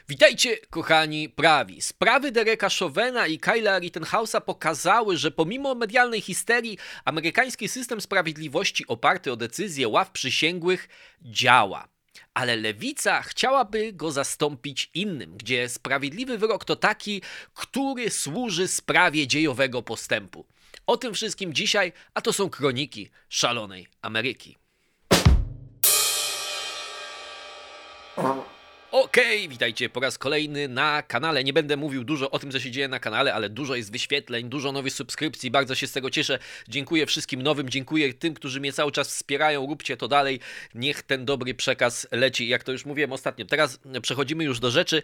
Witajcie, kochani prawi. Sprawy Dereka Chauvina i Kyla Rittenhouse'a pokazały, że pomimo medialnej histerii, amerykański system sprawiedliwości oparty o decyzje ław przysięgłych działa. Ale lewica chciałaby go zastąpić innym, gdzie sprawiedliwy wyrok to taki, który służy sprawie dziejowego postępu. O tym wszystkim dzisiaj, a to są kroniki szalonej Ameryki. Okej, witajcie po raz kolejny na kanale. Nie będę mówił dużo o tym, co się dzieje na kanale, ale dużo jest wyświetleń, dużo nowych subskrypcji, bardzo się z tego cieszę. Dziękuję wszystkim nowym, dziękuję tym, którzy mnie cały czas wspierają, róbcie to dalej. Niech ten dobry przekaz leci, jak to już mówiłem ostatnio. Teraz przechodzimy już do rzeczy.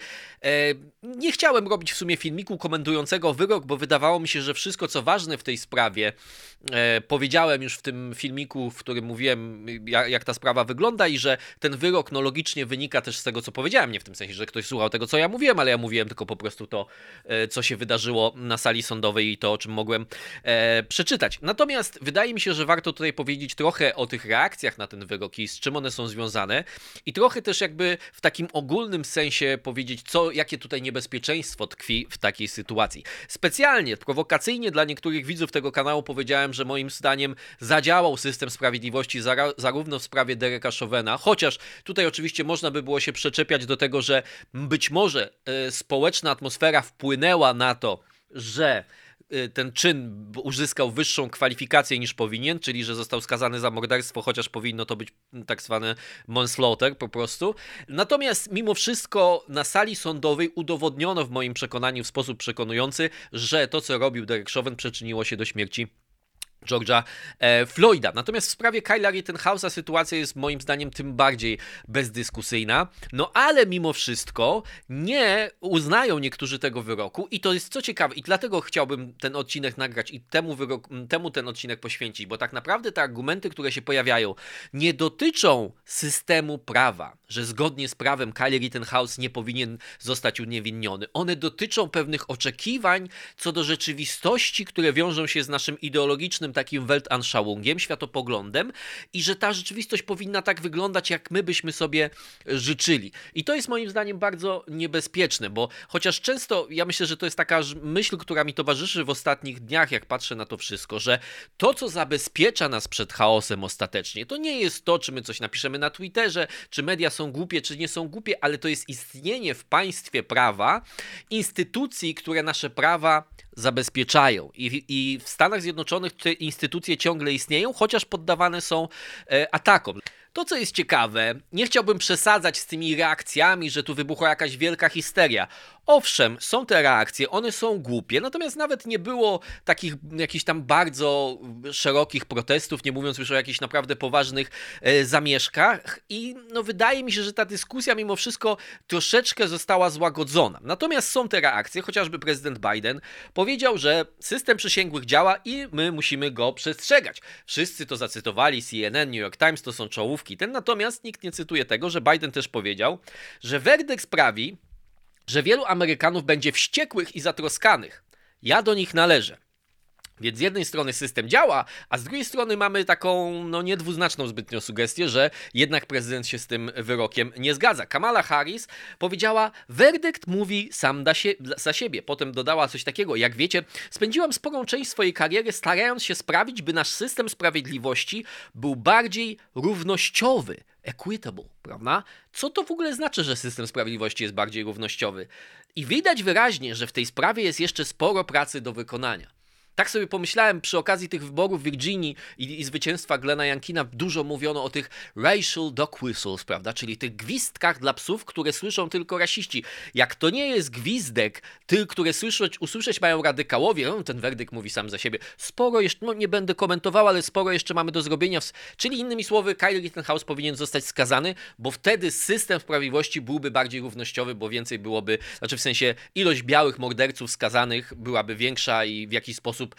Nie chciałem robić w sumie filmiku komentującego wyrok, bo wydawało mi się, że wszystko, co ważne w tej sprawie, powiedziałem już w tym filmiku, w którym mówiłem, jak ta sprawa wygląda i że ten wyrok logicznie wynika też z tego, co powiedziałem. Nie w tym sensie, że ktoś słuchał tego, co ja mówiłem, ale ja mówiłem tylko po prostu to, co się wydarzyło na sali sądowej i to, o czym mogłem przeczytać. Natomiast wydaje mi się, że warto tutaj powiedzieć trochę o tych reakcjach na ten wyrok i z czym one są związane i trochę też jakby w takim ogólnym sensie powiedzieć, jakie tutaj niebezpieczeństwo tkwi w takiej sytuacji. Specjalnie, prowokacyjnie dla niektórych widzów tego kanału powiedziałem, że moim zdaniem zadziałał system sprawiedliwości zarówno w sprawie Dereka Chauvina, chociaż tutaj oczywiście można by było się przyczepiać do tego, że być może społeczna atmosfera wpłynęła na to, że ten czyn uzyskał wyższą kwalifikację niż powinien, czyli że został skazany za morderstwo, chociaż powinno to być tak zwany manslaughter po prostu. Natomiast mimo wszystko na sali sądowej udowodniono w moim przekonaniu w sposób przekonujący, że to, co robił Derek Chauvin, przyczyniło się do śmierci George'a Floyda. Natomiast w sprawie Kyla Rittenhouse'a sytuacja jest moim zdaniem tym bardziej bezdyskusyjna. No ale mimo wszystko nie uznają niektórzy tego wyroku i to jest co ciekawe i dlatego chciałbym ten odcinek nagrać i temu ten odcinek poświęcić, bo tak naprawdę te argumenty, które się pojawiają, nie dotyczą systemu prawa, że zgodnie z prawem Kyle Rittenhouse nie powinien zostać uniewinniony. One dotyczą pewnych oczekiwań co do rzeczywistości, które wiążą się z naszym ideologicznym takim Weltanschauungiem, światopoglądem i że ta rzeczywistość powinna tak wyglądać, jak my byśmy sobie życzyli. I to jest moim zdaniem bardzo niebezpieczne, bo chociaż często ja myślę, że to jest taka myśl, która mi towarzyszy w ostatnich dniach, jak patrzę na to wszystko, że to, co zabezpiecza nas przed chaosem ostatecznie, to nie jest to, czy my coś napiszemy na Twitterze, czy media są głupie, czy nie są głupie, ale to jest istnienie w państwie prawa instytucji, które nasze prawa zabezpieczają. I w Stanach Zjednoczonych te instytucje ciągle istnieją, chociaż poddawane są atakom. To, co jest ciekawe, nie chciałbym przesadzać z tymi reakcjami, że tu wybuchła jakaś wielka histeria. Owszem, są te reakcje, one są głupie, natomiast nawet nie było takich jakichś tam bardzo szerokich protestów, nie mówiąc już o jakichś naprawdę poważnych zamieszkach i no wydaje mi się, że ta dyskusja mimo wszystko troszeczkę została złagodzona. Natomiast są te reakcje, chociażby prezydent Biden powiedział, że system przysięgłych działa i my musimy go przestrzegać. Wszyscy to zacytowali, CNN, New York Times, to są czołówki. Natomiast nikt nie cytuje tego, że Biden też powiedział, że werdykt sprawi, że wielu Amerykanów będzie wściekłych i zatroskanych. Ja do nich należę. Więc z jednej strony system działa, a z drugiej strony mamy taką niedwuznaczną zbytnio sugestię, że jednak prezydent się z tym wyrokiem nie zgadza. Kamala Harris powiedziała, werdykt mówi sam za siebie. Potem dodała coś takiego, jak wiecie, spędziłam sporą część swojej kariery starając się sprawić, by nasz system sprawiedliwości był bardziej równościowy. Equitable, prawda? Co to w ogóle znaczy, że system sprawiedliwości jest bardziej równościowy? I widać wyraźnie, że w tej sprawie jest jeszcze sporo pracy do wykonania. Tak sobie pomyślałem przy okazji tych wyborów w Virginii i zwycięstwa Glena Youngkina dużo mówiono o tych racial dog whistles, prawda, czyli tych gwizdkach dla psów, które słyszą tylko rasiści. Jak to nie jest gwizdek, które usłyszeć mają radykałowie, ten werdykt mówi sam za siebie. Sporo jeszcze, nie będę komentował, ale sporo jeszcze mamy do zrobienia. Czyli innymi słowy, Kyle Rittenhouse powinien zostać skazany, bo wtedy system sprawiedliwości byłby bardziej równościowy, bo więcej byłoby, znaczy w sensie ilość białych morderców skazanych byłaby większa i w jakiś sposób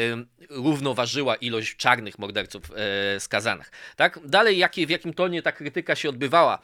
równoważyła ilość czarnych morderców skazanych. Tak? Dalej, w jakim tonie ta krytyka się odbywała.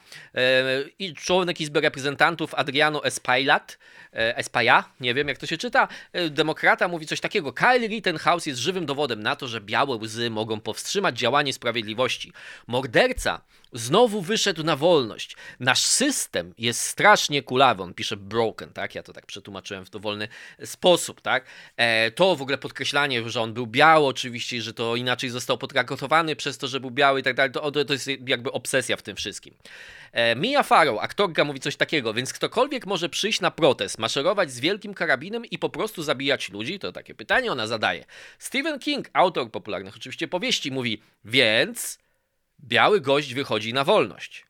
I członek Izby Reprezentantów Adriano Espaillat, nie wiem jak to się czyta, demokrata, mówi coś takiego. Kyle Rittenhouse jest żywym dowodem na to, że białe łzy mogą powstrzymać działanie sprawiedliwości. Morderca znowu wyszedł na wolność. Nasz system jest strasznie kulawy. On pisze broken, tak? Ja to tak przetłumaczyłem w dowolny sposób, tak? To w ogóle podkreślanie, że on był biały oczywiście i że to inaczej został potraktowany przez to, że był biały i tak dalej, to jest jakby obsesja w tym wszystkim. Mia Farrow, aktorka, mówi coś takiego, więc ktokolwiek może przyjść na protest, maszerować z wielkim karabinem i po prostu zabijać ludzi? To takie pytanie ona zadaje. Stephen King, autor popularnych oczywiście powieści, mówi, więc biały gość wychodzi na wolność.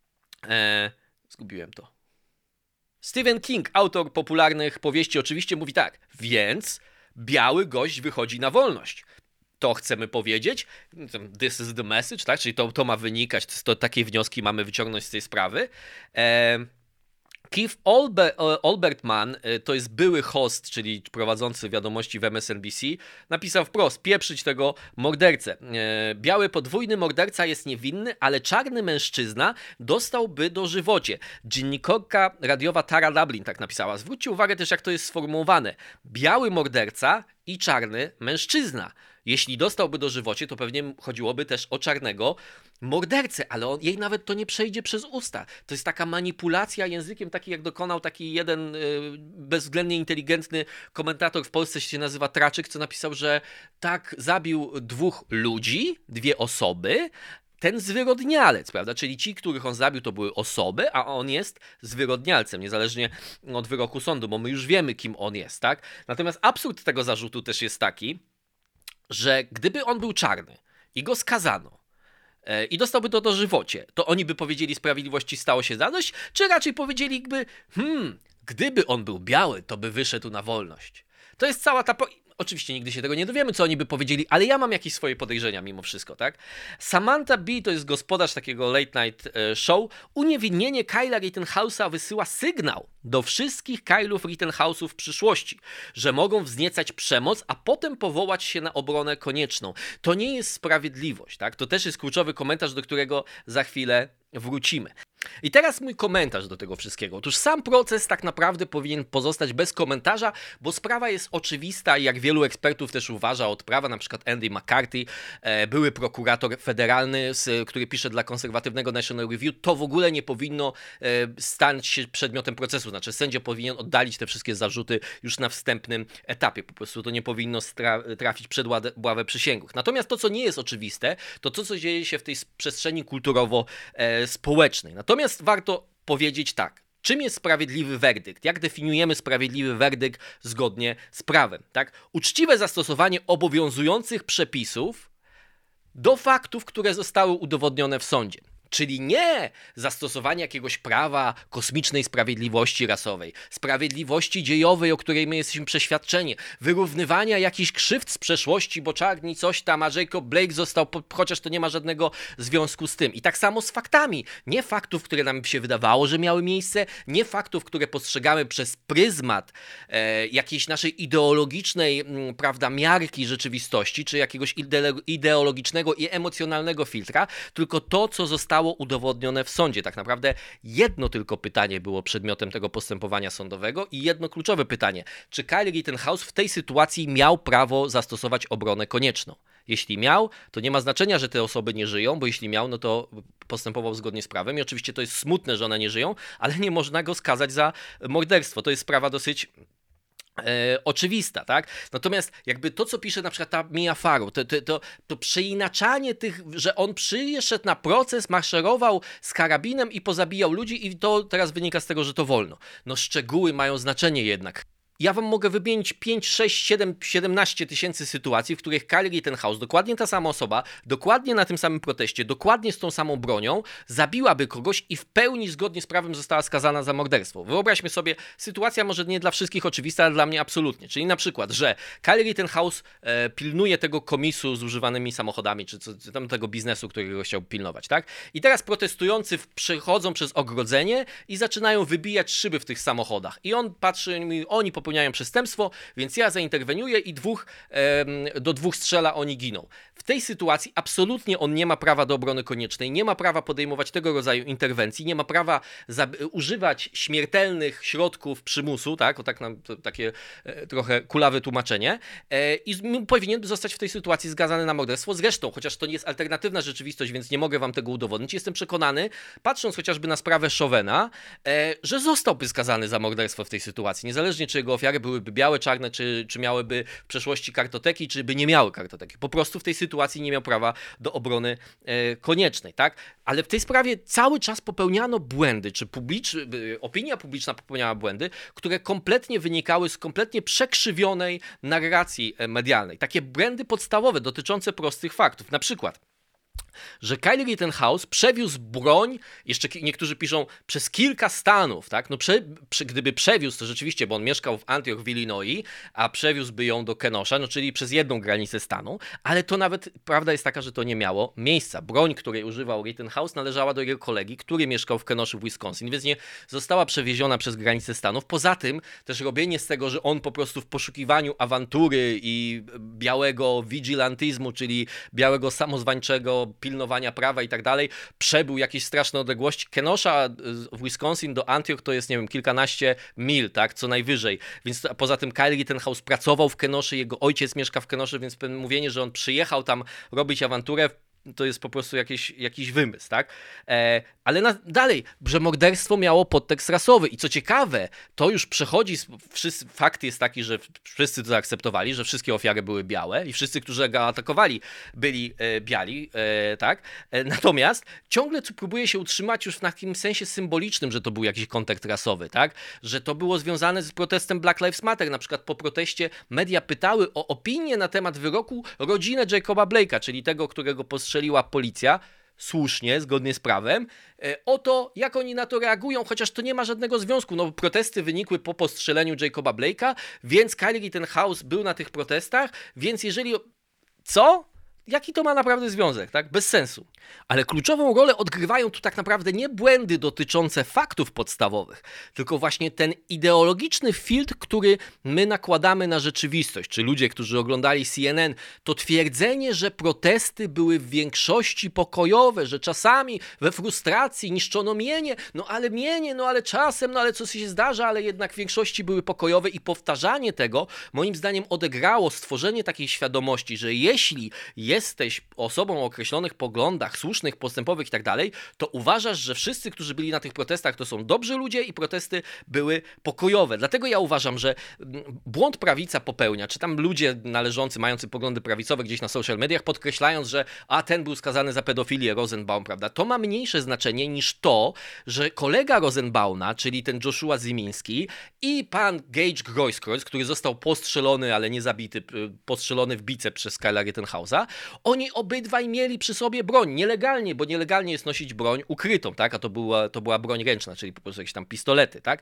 Zgubiłem to. Stephen King, autor popularnych powieści, oczywiście mówi tak, więc biały gość wychodzi na wolność. To chcemy powiedzieć, this is the message, tak? Czyli to ma wynikać, takie wnioski mamy wyciągnąć z tej sprawy. Keith Olbermann, to jest były host, czyli prowadzący wiadomości w MSNBC, napisał wprost, pieprzyć tego mordercę. Biały podwójny morderca jest niewinny, ale czarny mężczyzna dostałby dożywocie. Dziennikarka radiowa Tara Dublin tak napisała. Zwróćcie uwagę też, jak to jest sformułowane. Biały morderca i czarny mężczyzna. Jeśli dostałby dożywocie, to pewnie chodziłoby też o czarnego mordercę, ale jej nawet to nie przejdzie przez usta. To jest taka manipulacja językiem, taki jak dokonał taki jeden bezwzględnie inteligentny komentator w Polsce, się nazywa Traczyk, co napisał, że tak zabił 2 ludzi, 2 osoby, ten zwyrodnialec, prawda? Czyli ci, których on zabił, to były osoby, a on jest zwyrodnialcem, niezależnie od wyroku sądu, bo my już wiemy, kim on jest, tak? Natomiast absurd tego zarzutu też jest taki, że gdyby on był czarny i go skazano i dostałby to dożywocie, to oni by powiedzieli, sprawiedliwości stało się zadość, czy raczej powiedzieliby, gdyby on był biały, to by wyszedł na wolność. To jest cała ta... Oczywiście nigdy się tego nie dowiemy, co oni by powiedzieli, ale ja mam jakieś swoje podejrzenia mimo wszystko, tak? Samantha Bee, to jest gospodarz takiego late night show, uniewinnienie Kyla Rittenhouse'a wysyła sygnał do wszystkich Kylów Rittenhouse'ów w przyszłości, że mogą wzniecać przemoc, a potem powołać się na obronę konieczną. To nie jest sprawiedliwość, tak? To też jest kluczowy komentarz, do którego za chwilę wrócimy. I teraz mój komentarz do tego wszystkiego. Otóż sam proces tak naprawdę powinien pozostać bez komentarza, bo sprawa jest oczywista i jak wielu ekspertów też uważa od prawa, na przykład Andy McCarthy, były prokurator federalny, który pisze dla konserwatywnego National Review, to w ogóle nie powinno stać się przedmiotem procesu. Znaczy sędzia powinien oddalić te wszystkie zarzuty już na wstępnym etapie. Po prostu to nie powinno trafić przed ławę przysięgłych. Natomiast to, co nie jest oczywiste, to co dzieje się w tej przestrzeni kulturowo-społecznej. Natomiast warto powiedzieć tak, czym jest sprawiedliwy werdykt? Jak definiujemy sprawiedliwy werdykt zgodnie z prawem? Tak? Uczciwe zastosowanie obowiązujących przepisów do faktów, które zostały udowodnione w sądzie. Czyli nie zastosowanie jakiegoś prawa kosmicznej sprawiedliwości rasowej, sprawiedliwości dziejowej, o której my jesteśmy przeświadczeni, wyrównywania jakichś krzywd z przeszłości, bo czarni coś tam, a Jacob Blake został, chociaż to nie ma żadnego związku z tym. I tak samo z faktami. Nie faktów, które nam się wydawało, że miały miejsce, nie faktów, które postrzegamy przez pryzmat jakiejś naszej ideologicznej, prawda, miarki rzeczywistości, czy jakiegoś ideologicznego i emocjonalnego filtra, tylko to, co zostało udowodnione w sądzie. Tak naprawdę jedno tylko pytanie było przedmiotem tego postępowania sądowego i jedno kluczowe pytanie. Czy Kyle Rittenhouse w tej sytuacji miał prawo zastosować obronę konieczną? Jeśli miał, to nie ma znaczenia, że te osoby nie żyją, bo jeśli miał, no to postępował zgodnie z prawem i oczywiście to jest smutne, że one nie żyją, ale nie można go skazać za morderstwo. To jest sprawa dosyć oczywista, tak? Natomiast jakby to, co pisze na przykład ta Mia Farrow, to przeinaczanie tych, że on przyszedł na proces, maszerował z karabinem i pozabijał ludzi i to teraz wynika z tego, że to wolno. No szczegóły mają znaczenie jednak. Ja wam mogę wymienić 5, 6, 7, 17 tysięcy sytuacji, w których Kyle Rittenhouse, dokładnie ta sama osoba, dokładnie na tym samym proteście, dokładnie z tą samą bronią, zabiłaby kogoś i w pełni zgodnie z prawem została skazana za morderstwo. Wyobraźmy sobie, sytuacja może nie dla wszystkich oczywista, ale dla mnie absolutnie. Czyli na przykład, że Kyle Rittenhouse pilnuje tego komisu z używanymi samochodami, czy tam tego biznesu, którego chciał pilnować, tak? I teraz protestujący przechodzą przez ogrodzenie i zaczynają wybijać szyby w tych samochodach. I on patrzy, oni po popełniają przestępstwo, więc ja zainterweniuję i do dwóch strzela, oni giną. W tej sytuacji absolutnie on nie ma prawa do obrony koniecznej, nie ma prawa podejmować tego rodzaju interwencji, nie ma prawa używać śmiertelnych środków przymusu, tak? O tak nam takie trochę kulawe tłumaczenie, i powinien zostać w tej sytuacji skazany na morderstwo. Zresztą, chociaż to nie jest alternatywna rzeczywistość, więc nie mogę wam tego udowodnić, jestem przekonany, patrząc chociażby na sprawę Chauvina, że zostałby skazany za morderstwo w tej sytuacji, niezależnie czy jego ofiary byłyby białe, czarne, czy miałyby w przeszłości kartoteki, czy by nie miały kartoteki. Po prostu w tej sytuacji nie miał prawa do obrony koniecznej, tak? Ale w tej sprawie cały czas popełniano błędy, czy opinia publiczna popełniała błędy, które kompletnie wynikały z kompletnie przekrzywionej narracji medialnej. Takie błędy podstawowe dotyczące prostych faktów. Na przykład, że Kyle Rittenhouse przewiózł broń, jeszcze niektórzy piszą, przez kilka stanów, tak? No gdyby przewiózł, to rzeczywiście, bo on mieszkał w Antioch w Illinois, a przewiózłby ją do Kenosha, no czyli przez jedną granicę stanu, ale to nawet, prawda jest taka, że to nie miało miejsca. Broń, której używał Rittenhouse, należała do jego kolegi, który mieszkał w Kenosha w Wisconsin, więc nie została przewieziona przez granicę stanów. Poza tym też robienie z tego, że on po prostu w poszukiwaniu awantury i białego vigilantyzmu, czyli białego samozwańczego pilnowania prawa i tak dalej, przebył jakieś straszne odległości. Kenosha w Wisconsin do Antioch to jest, nie wiem, kilkanaście mil, tak, co najwyżej. Więc poza tym Kyle Rittenhouse pracował w Kenosha, jego ojciec mieszka w Kenosha, więc mówienie, że on przyjechał tam robić awanturę, to jest po prostu jakiś wymysł, tak? Ale dalej, że morderstwo miało podtekst rasowy i co ciekawe, to już przechodzi, fakt jest taki, że wszyscy to zaakceptowali, że wszystkie ofiary były białe i wszyscy, którzy go atakowali, byli biali, tak? Natomiast ciągle próbuje się utrzymać już w takim sensie symbolicznym, że to był jakiś kontekst rasowy, tak? Że to było związane z protestem Black Lives Matter, na przykład po proteście media pytały o opinię na temat wyroku rodzinę Jacoba Blake'a, czyli tego, którego postrzeliła policja, słusznie, zgodnie z prawem, o to, jak oni na to reagują, chociaż to nie ma żadnego związku. No, protesty wynikły po postrzeleniu Jacoba Blake'a, więc Kyle Rittenhouse był na tych protestach, więc jeżeli... Co? Jaki to ma naprawdę związek, tak? Bez sensu. Ale kluczową rolę odgrywają tu tak naprawdę nie błędy dotyczące faktów podstawowych, tylko właśnie ten ideologiczny filtr, który my nakładamy na rzeczywistość. Czy ludzie, którzy oglądali CNN, to twierdzenie, że protesty były w większości pokojowe, że czasami we frustracji niszczono mienie, no ale czasem, no ale co się zdarza, ale jednak w większości były pokojowe i powtarzanie tego, moim zdaniem, odegrało stworzenie takiej świadomości, że jeśli jesteś osobą o określonych poglądach, słusznych, postępowych i tak dalej, to uważasz, że wszyscy, którzy byli na tych protestach, to są dobrzy ludzie i protesty były pokojowe. Dlatego ja uważam, że błąd prawica popełnia, czy tam ludzie mający poglądy prawicowe gdzieś na social mediach, podkreślając, że ten był skazany za pedofilię, Rosenbaum, prawda? To ma mniejsze znaczenie niż to, że kolega Rosenbauma, czyli ten Joshua Zimiński i pan Gage Grosskreutz, który został postrzelony, ale nie zabity, postrzelony w bicep przez Kyla Rittenhouse'a, oni obydwaj mieli przy sobie broń, nielegalnie, bo nielegalnie jest nosić broń ukrytą, tak? A to była broń ręczna, czyli po prostu jakieś tam pistolety, tak?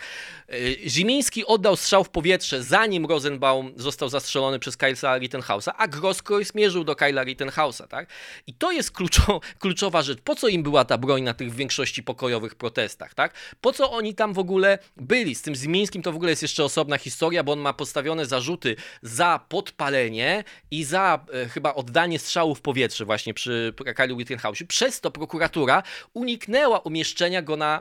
Zimiński oddał strzał w powietrze, zanim Rosenbaum został zastrzelony przez Kyla Rittenhouse'a, a Grosskreutz mierzył do Kyla Rittenhouse'a, tak? I to jest kluczowa rzecz. Po co im była ta broń na tych w większości pokojowych protestach, tak? Po co oni tam w ogóle byli? Z tym Zimińskim to w ogóle jest jeszcze osobna historia, bo on ma postawione zarzuty za podpalenie i za chyba oddanie strzału w powietrze właśnie przy Kylu Rittenhouse'ie. Przez to prokuratura uniknęła umieszczenia go na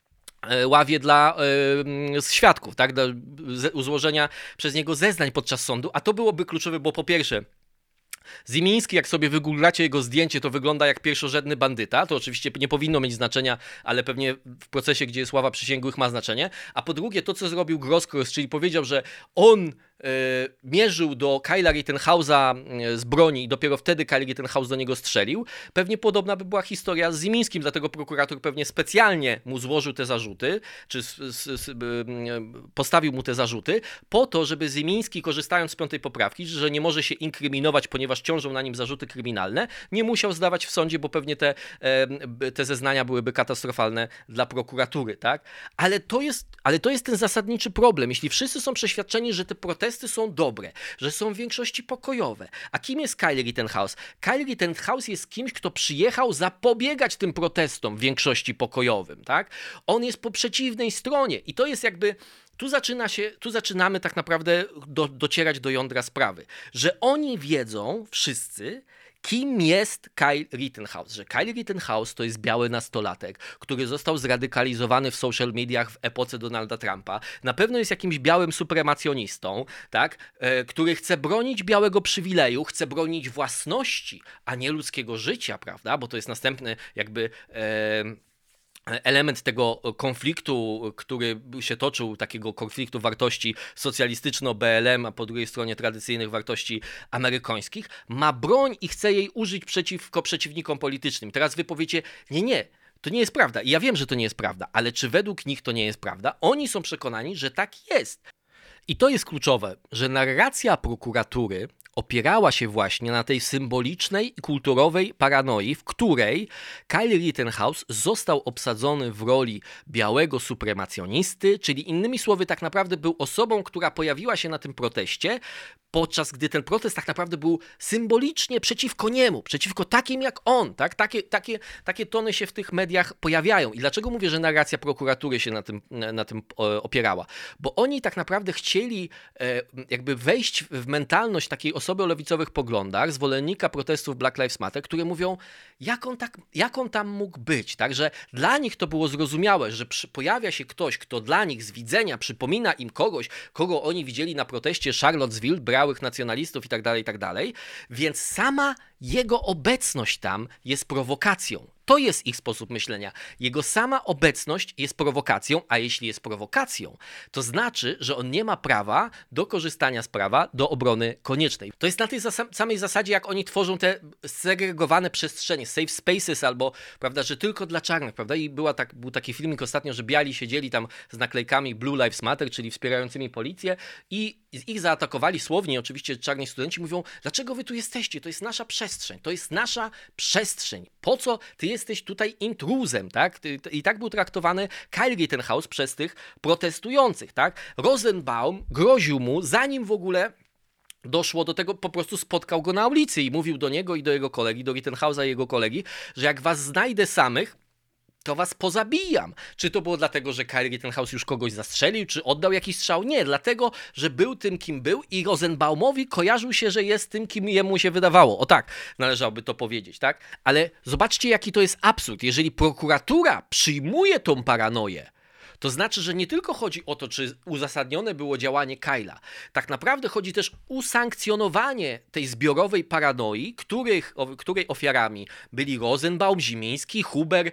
ławie dla świadków, tak? Do złożenia przez niego zeznań podczas sądu, a to byłoby kluczowe, bo po pierwsze Zimiński, jak sobie wygooglacie jego zdjęcie, to wygląda jak pierwszorzędny bandyta. To oczywiście nie powinno mieć znaczenia, ale pewnie w procesie, gdzie jest ława przysięgłych, ma znaczenie. A po drugie, to co zrobił Grosskreutz, czyli powiedział, że on mierzył do Kyla Rittenhouse'a z broni i dopiero wtedy Kyle Rittenhouse do niego strzelił. Pewnie podobna by była historia z Zimińskim, dlatego prokurator pewnie specjalnie mu złożył te zarzuty, czy postawił mu te zarzuty, po to, żeby Zimiński, korzystając z 5. poprawki, że nie może się inkryminować, ponieważ ciążą na nim zarzuty kryminalne, nie musiał zdawać w sądzie, bo pewnie te zeznania byłyby katastrofalne dla prokuratury, tak? Ale to jest ten zasadniczy problem. Jeśli wszyscy są przeświadczeni, że te protesty protesty są dobre, że są w większości pokojowe. A kim jest Kyle Rittenhouse? Kyle Rittenhouse jest kimś, kto przyjechał zapobiegać tym protestom w większości pokojowym, tak? On jest po przeciwnej stronie i to jest jakby... Tu zaczynamy tak naprawdę docierać do jądra sprawy, że oni wiedzą wszyscy, kim jest Kyle Rittenhouse, że Kyle Rittenhouse to jest biały nastolatek, który został zradykalizowany w social mediach w epoce Donalda Trumpa. Na pewno jest jakimś białym supremacjonistą, tak? Który chce bronić białego przywileju, chce bronić własności, a nie ludzkiego życia, prawda? Bo to jest następny jakby... element tego konfliktu, który się toczył, takiego konfliktu wartości socjalistyczno-BLM, a po drugiej stronie tradycyjnych wartości amerykańskich, ma broń i chce jej użyć przeciwko przeciwnikom politycznym. Teraz wy powiecie, nie, to nie jest prawda. I ja wiem, że to nie jest prawda, ale czy według nich to nie jest prawda? Oni są przekonani, że tak jest. I to jest kluczowe, że narracja prokuratury opierała się właśnie na tej symbolicznej i kulturowej paranoi, w której Kyle Rittenhouse został obsadzony w roli białego supremacjonisty, czyli innymi słowy tak naprawdę był osobą, która pojawiła się na tym proteście, podczas gdy ten protest tak naprawdę był symbolicznie przeciwko niemu, przeciwko takim jak on. Tak? Takie tony się w tych mediach pojawiają. I dlaczego mówię, że narracja prokuratury się na tym opierała? Bo oni tak naprawdę chcieli jakby wejść w mentalność takiej osoby o lewicowych poglądach, zwolennika protestów Black Lives Matter, które mówią, jak on tam mógł być. Także dla nich to było zrozumiałe, że pojawia się ktoś, kto dla nich z widzenia przypomina im kogoś, kogo oni widzieli na proteście Charlottesville, białych nacjonalistów i tak dalej, więc sama jego obecność tam jest prowokacją. To jest ich sposób myślenia. Jego sama obecność jest prowokacją, a jeśli jest prowokacją, to znaczy, że on nie ma prawa do korzystania z prawa do obrony koniecznej. To jest na tej samej zasadzie, jak oni tworzą te segregowane przestrzenie, safe spaces albo, prawda, że tylko dla czarnych, prawda? I był taki filmik ostatnio, że biali siedzieli tam z naklejkami Blue Lives Matter, czyli wspierającymi policję i ich zaatakowali słownie, oczywiście czarni studenci mówią, dlaczego wy tu jesteście? To jest nasza przestrzeń, to jest nasza przestrzeń. Po co ty jesteś tutaj intruzem, tak? I tak był traktowany Kyle Rittenhouse przez tych protestujących, tak? Rosenbaum groził mu, zanim w ogóle doszło do tego, po prostu spotkał go na ulicy i mówił do niego i do jego kolegi, do Rittenhouse'a i jego kolegi, że jak was znajdę samych, to was pozabijam. Czy to było dlatego, że Kyle Rittenhouse już kogoś zastrzelił, czy oddał jakiś strzał? Nie, dlatego, że był tym, kim był i Rosenbaumowi kojarzył się, że jest tym, kim jemu się wydawało. O tak, należałoby to powiedzieć, tak? Ale zobaczcie, jaki to jest absurd. Jeżeli prokuratura przyjmuje tą paranoję, to znaczy, że nie tylko chodzi o to, czy uzasadnione było działanie Kyla. Tak naprawdę chodzi też o usankcjonowanie tej zbiorowej paranoi, której ofiarami byli Rosenbaum, Zimiński, Huber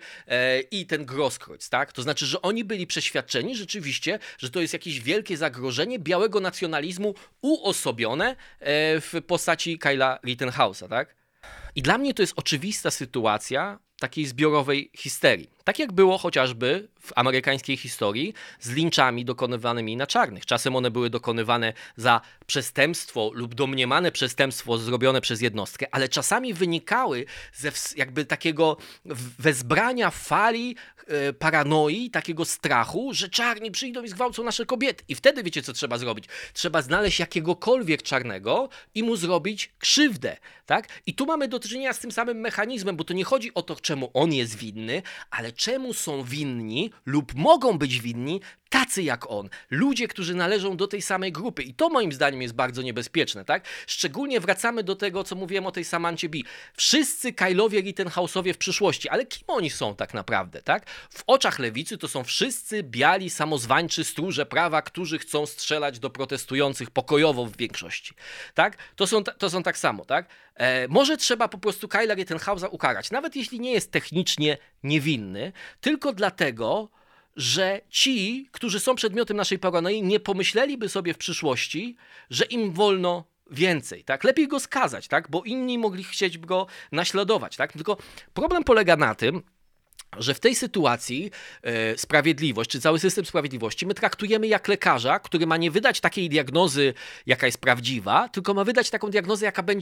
i ten Grosskreutz. Tak? To znaczy, że oni byli przeświadczeni rzeczywiście, że to jest jakieś wielkie zagrożenie białego nacjonalizmu uosobione w postaci Kyla Rittenhouse'a. Tak? I dla mnie to jest oczywista sytuacja takiej zbiorowej histerii. Tak jak było chociażby w amerykańskiej historii z linczami dokonywanymi na czarnych. Czasem one były dokonywane za przestępstwo lub domniemane przestępstwo zrobione przez jednostkę, ale czasami wynikały ze jakby takiego wezbrania fali paranoi, takiego strachu, że czarni przyjdą i zgwałcą nasze kobiety. I wtedy wiecie, co trzeba zrobić? Trzeba znaleźć jakiegokolwiek czarnego i mu zrobić krzywdę. Tak? I tu mamy do czynienia z tym samym mechanizmem, bo to nie chodzi o to, czemu on jest winny, ale czemu są winni lub mogą być winni tacy jak on. Ludzie, którzy należą do tej samej grupy. I to moim zdaniem jest bardzo niebezpieczne. Tak? Szczególnie wracamy do tego, co mówiłem o tej Samancie Bee. Wszyscy Kyle'owie Rittenhouse'owie w przyszłości. Ale kim oni są tak naprawdę? Tak? W oczach lewicy to są wszyscy biali, samozwańczy stróże prawa, którzy chcą strzelać do protestujących pokojowo w większości. Tak? To są tak samo. Tak? Może trzeba po prostu Kyle'a Rittenhouse'a ukarać, nawet jeśli nie jest technicznie niewinny, tylko dlatego, że ci, którzy są przedmiotem naszej paranoi, nie pomyśleliby sobie w przyszłości, że im wolno więcej, tak? Lepiej go skazać, tak? Bo inni mogli chcieć go naśladować, tak? Tylko problem polega na tym, że w tej sytuacji sprawiedliwość, czy cały system sprawiedliwości my traktujemy jak lekarza, który ma nie wydać takiej diagnozy, jaka jest prawdziwa, tylko ma wydać taką diagnozę, jaka będzie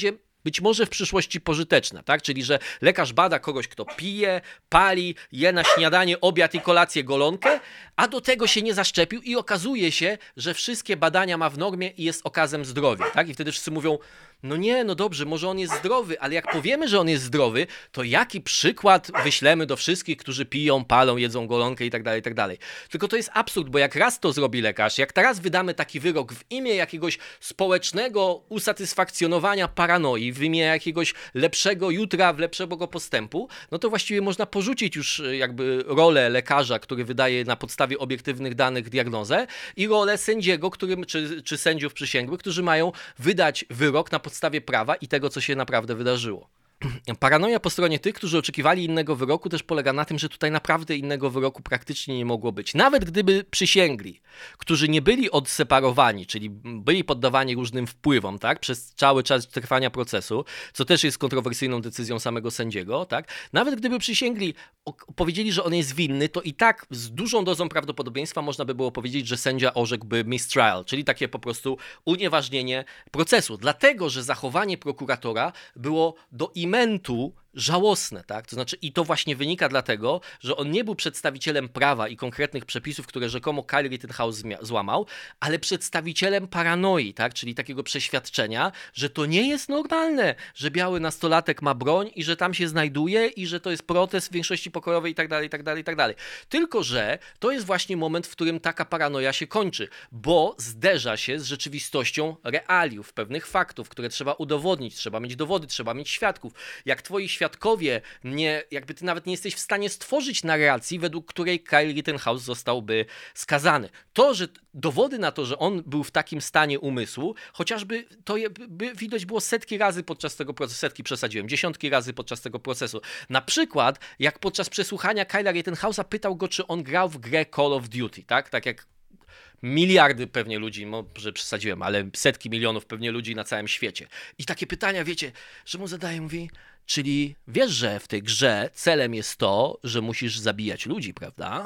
być może w przyszłości pożyteczna, tak? Czyli, że lekarz bada kogoś, kto pije, pali, je na śniadanie, obiad i kolację golonkę, a do tego się nie zaszczepił i okazuje się, że wszystkie badania ma w normie i jest okazem zdrowia, tak? I wtedy wszyscy mówią, no nie, no dobrze, może on jest zdrowy, ale jak powiemy, że on jest zdrowy, to jaki przykład wyślemy do wszystkich, którzy piją, palą, jedzą golonkę i tak dalej, i tak dalej. Tylko to jest absurd, bo jak raz to zrobi lekarz, jak teraz wydamy taki wyrok w imię jakiegoś społecznego usatysfakcjonowania paranoi, w imię jakiegoś lepszego jutra, lepszego postępu, no to właściwie można porzucić już jakby rolę lekarza, który wydaje na podstawie obiektywnych danych diagnozę i rolę sędziego, czy sędziów przysięgłych, którzy mają wydać wyrok na podstawie prawa i tego, co się naprawdę wydarzyło. Paranoja po stronie tych, którzy oczekiwali innego wyroku, też polega na tym, że tutaj naprawdę innego wyroku praktycznie nie mogło być. Nawet gdyby przysięgli, którzy nie byli odseparowani, czyli byli poddawani różnym wpływom, tak, przez cały czas trwania procesu, co też jest kontrowersyjną decyzją samego sędziego, tak, nawet gdyby przysięgli, powiedzieli, że on jest winny, to i tak z dużą dozą prawdopodobieństwa można by było powiedzieć, że sędzia orzekłby mistrial, czyli takie po prostu unieważnienie procesu. Dlatego, że zachowanie prokuratora było do imentu żałosne, tak? To znaczy i to właśnie wynika dlatego, że on nie był przedstawicielem prawa i konkretnych przepisów, które rzekomo Kyle Rittenhouse złamał, ale przedstawicielem paranoi, tak? Czyli takiego przeświadczenia, że to nie jest normalne, że biały nastolatek ma broń i że tam się znajduje i że to jest protest w większości pokojowej i tak dalej, i tak dalej, i tak dalej. Tylko, że to jest właśnie moment, w którym taka paranoja się kończy, bo zderza się z rzeczywistością realiów, pewnych faktów, które trzeba udowodnić, trzeba mieć dowody, trzeba mieć świadków. Jak twoi świadkowie, jakby ty nawet nie jesteś w stanie stworzyć narracji, według której Kyle Rittenhouse zostałby skazany. To, że dowody na to, że on był w takim stanie umysłu, chociażby to widać było setki razy podczas tego procesu, setki przesadziłem, dziesiątki razy podczas tego procesu. Na przykład, jak podczas przesłuchania Kyla Rittenhouse'a pytał go, czy on grał w grę Call of Duty, tak? Tak jak miliardy pewnie ludzi, może przesadziłem, ale setki milionów pewnie ludzi na całym świecie. I takie pytania, wiecie, że mu zadaje, mówi, czyli wiesz, że w tej grze celem jest to, że musisz zabijać ludzi, prawda?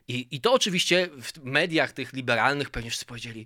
I to oczywiście w mediach tych liberalnych pewnie wszyscy powiedzieli,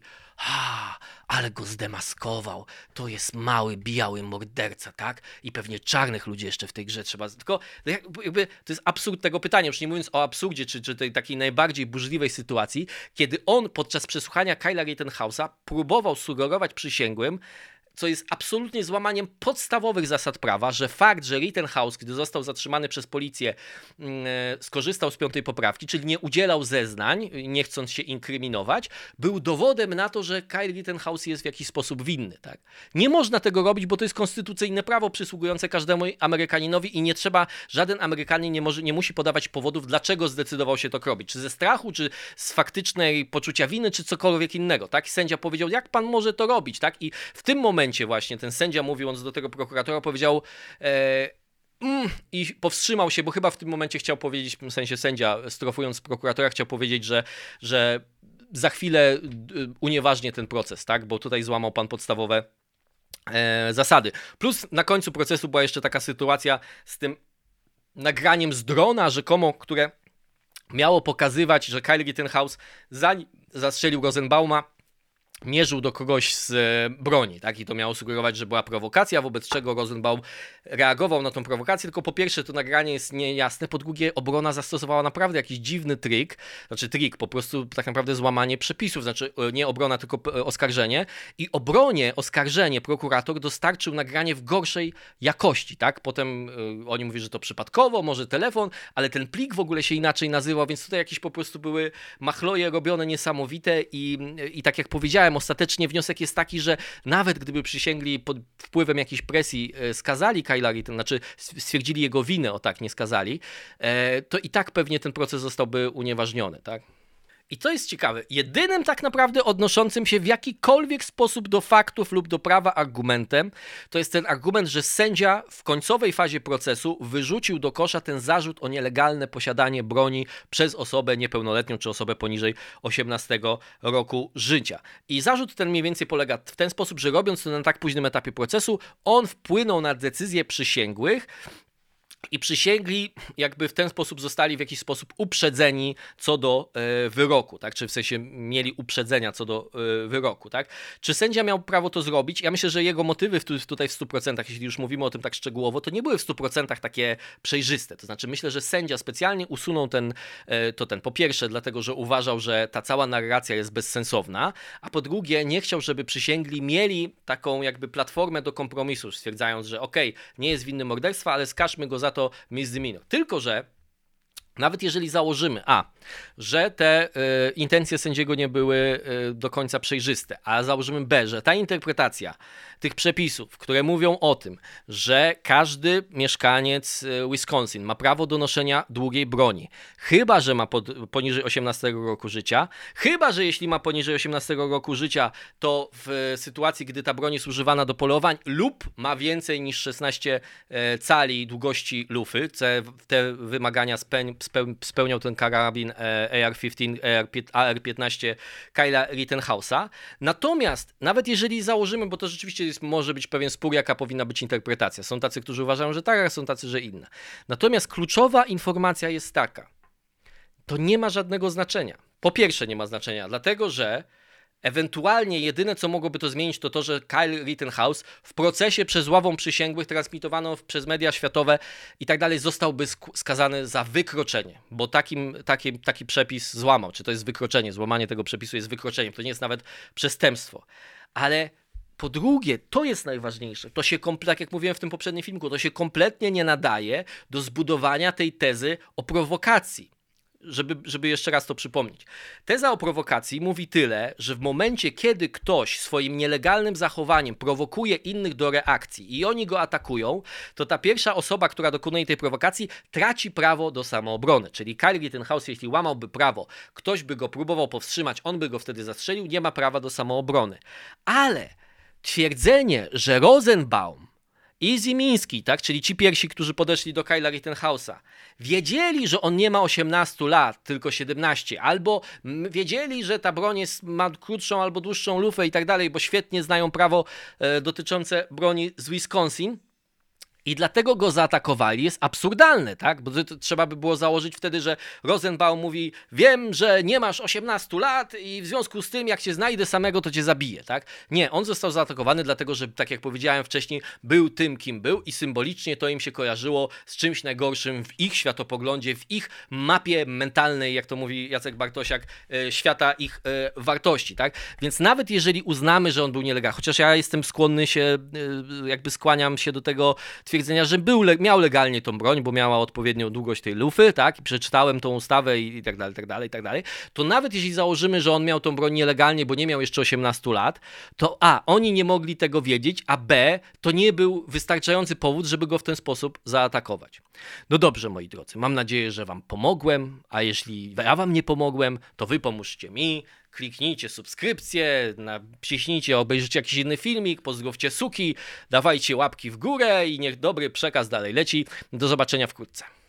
ale go zdemaskował, to jest mały, biały morderca, tak? I pewnie czarnych ludzi jeszcze w tej grze trzeba... Tylko jakby to jest absurd tego pytania, już nie mówiąc o absurdzie, czy tej takiej najbardziej burzliwej sytuacji, kiedy on podczas przesłuchania Kyla Rittenhouse'a próbował sugerować przysięgłym, co jest absolutnie złamaniem podstawowych zasad prawa, że fakt, że Rittenhouse, gdy został zatrzymany przez policję, skorzystał z 5. poprawki, czyli nie udzielał zeznań, nie chcąc się inkryminować, był dowodem na to, że Kyle Rittenhouse jest w jakiś sposób winny. Tak? Nie można tego robić, bo to jest konstytucyjne prawo przysługujące każdemu Amerykaninowi i nie trzeba, żaden Amerykanin nie musi podawać powodów, dlaczego zdecydował się to robić. Czy ze strachu, czy z faktycznej poczucia winy, czy cokolwiek innego. Tak? I sędzia powiedział, jak pan może to robić? Tak? I w tym momencie właśnie ten sędzia, mówiąc do tego prokuratora, powiedział i powstrzymał się, bo chyba w tym momencie chciał powiedzieć, w sensie sędzia, strofując prokuratora, chciał powiedzieć, że za chwilę unieważnię ten proces, tak? Bo tutaj złamał pan podstawowe zasady. Plus na końcu procesu była jeszcze taka sytuacja z tym nagraniem z drona rzekomo, które miało pokazywać, że Kyle Rittenhouse zanim zastrzelił Rosenbauma, mierzył do kogoś z broni, tak? I to miało sugerować, że była prowokacja, wobec czego Rosenbaum reagował na tą prowokację, tylko po pierwsze to nagranie jest niejasne, po drugie obrona zastosowała naprawdę jakiś dziwny trik, po prostu tak naprawdę złamanie przepisów, znaczy nie obrona, tylko oskarżenie i oskarżenie prokurator dostarczył nagranie w gorszej jakości, tak? Potem oni mówili, że to przypadkowo, może telefon, ale ten plik w ogóle się inaczej nazywał, więc tutaj jakieś po prostu były machloje robione niesamowite i tak jak powiedziałem, ostatecznie wniosek jest taki, że nawet gdyby przysięgli pod wpływem jakiejś presji skazali Kyla Rittenhouse'a, znaczy stwierdzili jego winę, nie skazali, to i tak pewnie ten proces zostałby unieważniony, tak? I co jest ciekawe, jedynym tak naprawdę odnoszącym się w jakikolwiek sposób do faktów lub do prawa argumentem, to jest ten argument, że sędzia w końcowej fazie procesu wyrzucił do kosza ten zarzut o nielegalne posiadanie broni przez osobę niepełnoletnią czy osobę poniżej 18 roku życia. I zarzut ten mniej więcej polega w ten sposób, że robiąc to na tak późnym etapie procesu, on wpłynął na decyzję przysięgłych, i przysięgli, jakby w ten sposób zostali w jakiś sposób uprzedzeni co do wyroku, tak? Czy w sensie mieli uprzedzenia co do wyroku, tak? Czy sędzia miał prawo to zrobić? Ja myślę, że jego motywy tutaj w 100%, jeśli już mówimy o tym tak szczegółowo, to nie były w 100% takie przejrzyste. To znaczy myślę, że sędzia specjalnie usunął ten po pierwsze dlatego, że uważał, że ta cała narracja jest bezsensowna, a po drugie nie chciał, żeby przysięgli mieli taką jakby platformę do kompromisu, stwierdzając, że nie jest winny morderstwa, ale skażmy go za to misdemeanor. Tylko że nawet jeżeli założymy, że te intencje sędziego nie były do końca przejrzyste, a założymy B, że ta interpretacja tych przepisów, które mówią o tym, że każdy mieszkaniec Wisconsin ma prawo do noszenia długiej broni, chyba że ma poniżej 18 roku życia, chyba że jeśli ma poniżej 18 roku życia, to w sytuacji, gdy ta broń jest używana do polowań lub ma więcej niż 16 cali długości lufy, te wymagania spełniał ten karabin AR-15, AR-15 Kyla Rittenhouse'a. Natomiast nawet jeżeli założymy, bo to rzeczywiście może być pewien spór, jaka powinna być interpretacja. Są tacy, którzy uważają, że tak, a są tacy, że inna. Natomiast kluczowa informacja jest taka. To nie ma żadnego znaczenia. Po pierwsze nie ma znaczenia, dlatego że ewentualnie jedyne, co mogłoby to zmienić, to to, że Kyle Rittenhouse w procesie przez ławą przysięgłych transmitowaną przez media światowe i tak dalej zostałby skazany za wykroczenie, bo taki przepis złamał. Czy to jest wykroczenie? Złamanie tego przepisu jest wykroczeniem. To nie jest nawet przestępstwo. Ale po drugie, to jest najważniejsze. To się, tak jak mówiłem w tym poprzednim filmiku, to się kompletnie nie nadaje do zbudowania tej tezy o prowokacji. Żeby jeszcze raz to przypomnieć. Teza o prowokacji mówi tyle, że w momencie, kiedy ktoś swoim nielegalnym zachowaniem prowokuje innych do reakcji i oni go atakują, to ta pierwsza osoba, która dokonuje tej prowokacji, traci prawo do samoobrony. Czyli Kyle Rittenhouse, jeśli łamałby prawo, ktoś by go próbował powstrzymać, on by go wtedy zastrzelił, nie ma prawa do samoobrony. Ale twierdzenie, że Rosenbaum i Zimiński, tak, czyli ci pierwsi, którzy podeszli do Kyla Rittenhouse'a, wiedzieli, że on nie ma 18 lat, tylko 17, albo wiedzieli, że ta broń ma krótszą albo dłuższą lufę i tak dalej, bo świetnie znają prawo dotyczące broni z Wisconsin, i dlatego go zaatakowali, jest absurdalne, tak? Bo to trzeba by było założyć wtedy, że Rosenbaum mówi, wiem, że nie masz 18 lat i w związku z tym, jak cię znajdę samego, to cię zabiję, tak? Nie, on został zaatakowany dlatego, że tak jak powiedziałem wcześniej, był tym, kim był i symbolicznie to im się kojarzyło z czymś najgorszym w ich światopoglądzie, w ich mapie mentalnej, jak to mówi Jacek Bartosiak, świata ich wartości, tak? Więc nawet jeżeli uznamy, że on był nielegalny, chociaż ja jestem skłonny skłaniam się do tego twierdzenia, że miał legalnie tą broń, bo miała odpowiednią długość tej lufy, tak, i przeczytałem tą ustawę i tak dalej, to nawet jeśli założymy, że on miał tą broń nielegalnie, bo nie miał jeszcze 18 lat, to oni nie mogli tego wiedzieć, a B, to nie był wystarczający powód, żeby go w ten sposób zaatakować. No dobrze, moi drodzy, mam nadzieję, że wam pomogłem, a jeśli ja wam nie pomogłem, to wy pomóżcie mi. Kliknijcie subskrypcję, ciśnijcie, obejrzyjcie jakiś inny filmik, pozdrówcie suki, dawajcie łapki w górę i niech dobry przekaz dalej leci. Do zobaczenia wkrótce.